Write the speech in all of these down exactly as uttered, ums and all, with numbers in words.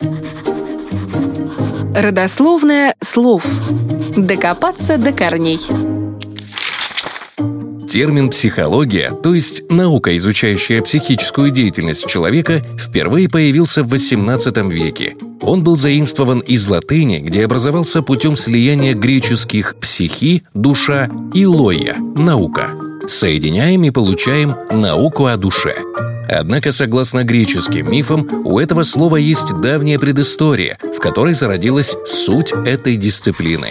Родословная слов. Докопаться до корней. Термин «психология», то есть наука, изучающая психическую деятельность человека, впервые появился в восемнадцатом веке. Он был заимствован из латыни, где образовался путем слияния греческих «психи» — душа и «лоия» — наука. Соединяем и получаем науку о душе. Однако, согласно греческим мифам, у этого слова есть давняя предыстория, в которой зародилась суть этой дисциплины.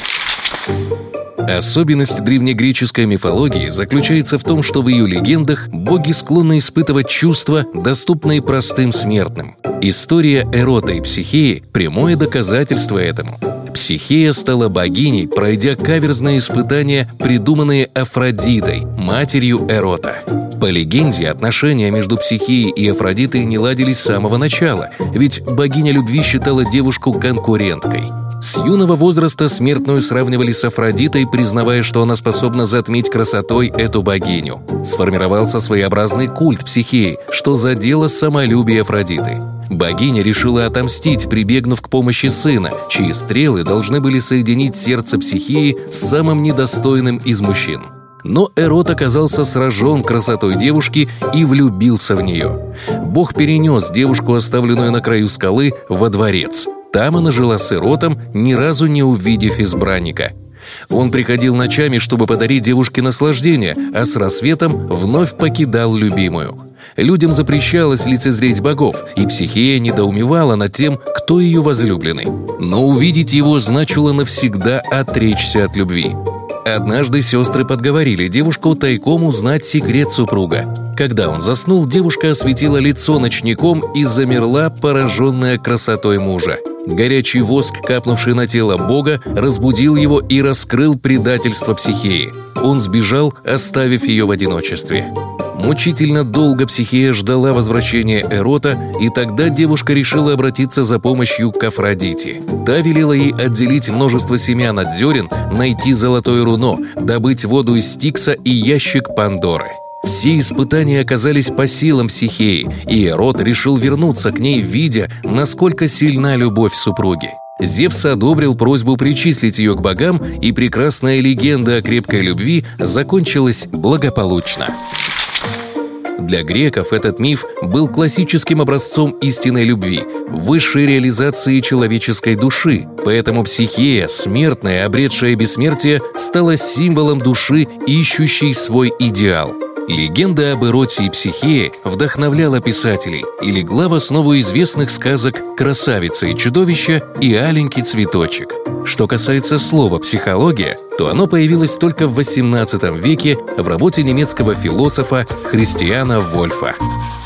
Особенность древнегреческой мифологии заключается в том, что в ее легендах боги склонны испытывать чувства, доступные простым смертным. История Эрота и Психеи – прямое доказательство этому. Психея стала богиней, пройдя каверзные испытания, придуманные Афродитой, матерью Эрота. По легенде, отношения между Психеей и Афродитой не ладились с самого начала, ведь богиня любви считала девушку конкуренткой. С юного возраста смертную сравнивали с Афродитой, признавая, что она способна затмить красотой эту богиню. Сформировался своеобразный культ Психеи, что задело самолюбие Афродиты. Богиня решила отомстить, прибегнув к помощи сына, чьи стрелы должны были соединить сердце Психеи с самым недостойным из мужчин. Но Эрот оказался сражен красотой девушки и влюбился в нее. Бог перенес девушку, оставленную на краю скалы, во дворец. Там она жила с Эротом, ни разу не увидев избранника. Он приходил ночами, чтобы подарить девушке наслаждение, а с рассветом вновь покидал любимую. Людям запрещалось лицезреть богов, и Психея недоумевала над тем, кто ее возлюбленный. Но увидеть его значило навсегда отречься от любви. Однажды сестры подговорили девушку тайком узнать секрет супруга. Когда он заснул, девушка осветила лицо ночником и замерла, пораженная красотой мужа. Горячий воск, капнувший на тело бога, разбудил его и раскрыл предательство Психеи. Он сбежал, оставив ее в одиночестве. Мучительно долго Психея ждала возвращения Эрота, и тогда девушка решила обратиться за помощью к Афродите. Та велела ей отделить множество семян от зерен, найти золотое руно, добыть воду из Стикса и ящик Пандоры. Все испытания оказались по силам Психеи, и Эрот решил вернуться к ней, видя, насколько сильна любовь супруги. Зевс одобрил просьбу причислить ее к богам, и прекрасная легенда о крепкой любви закончилась благополучно. Для греков этот миф был классическим образцом истинной любви, высшей реализации человеческой души, поэтому Психея, смертная, обретшая бессмертие, стала символом души, ищущей свой идеал. Легенда об Эроте и Психее вдохновляла писателей и легла в основу известных сказок «Красавица и чудовище» и «Аленький цветочек». Что касается слова «психология», то оно появилось только в восемнадцатом веке в работе немецкого философа Христиана Вольфа.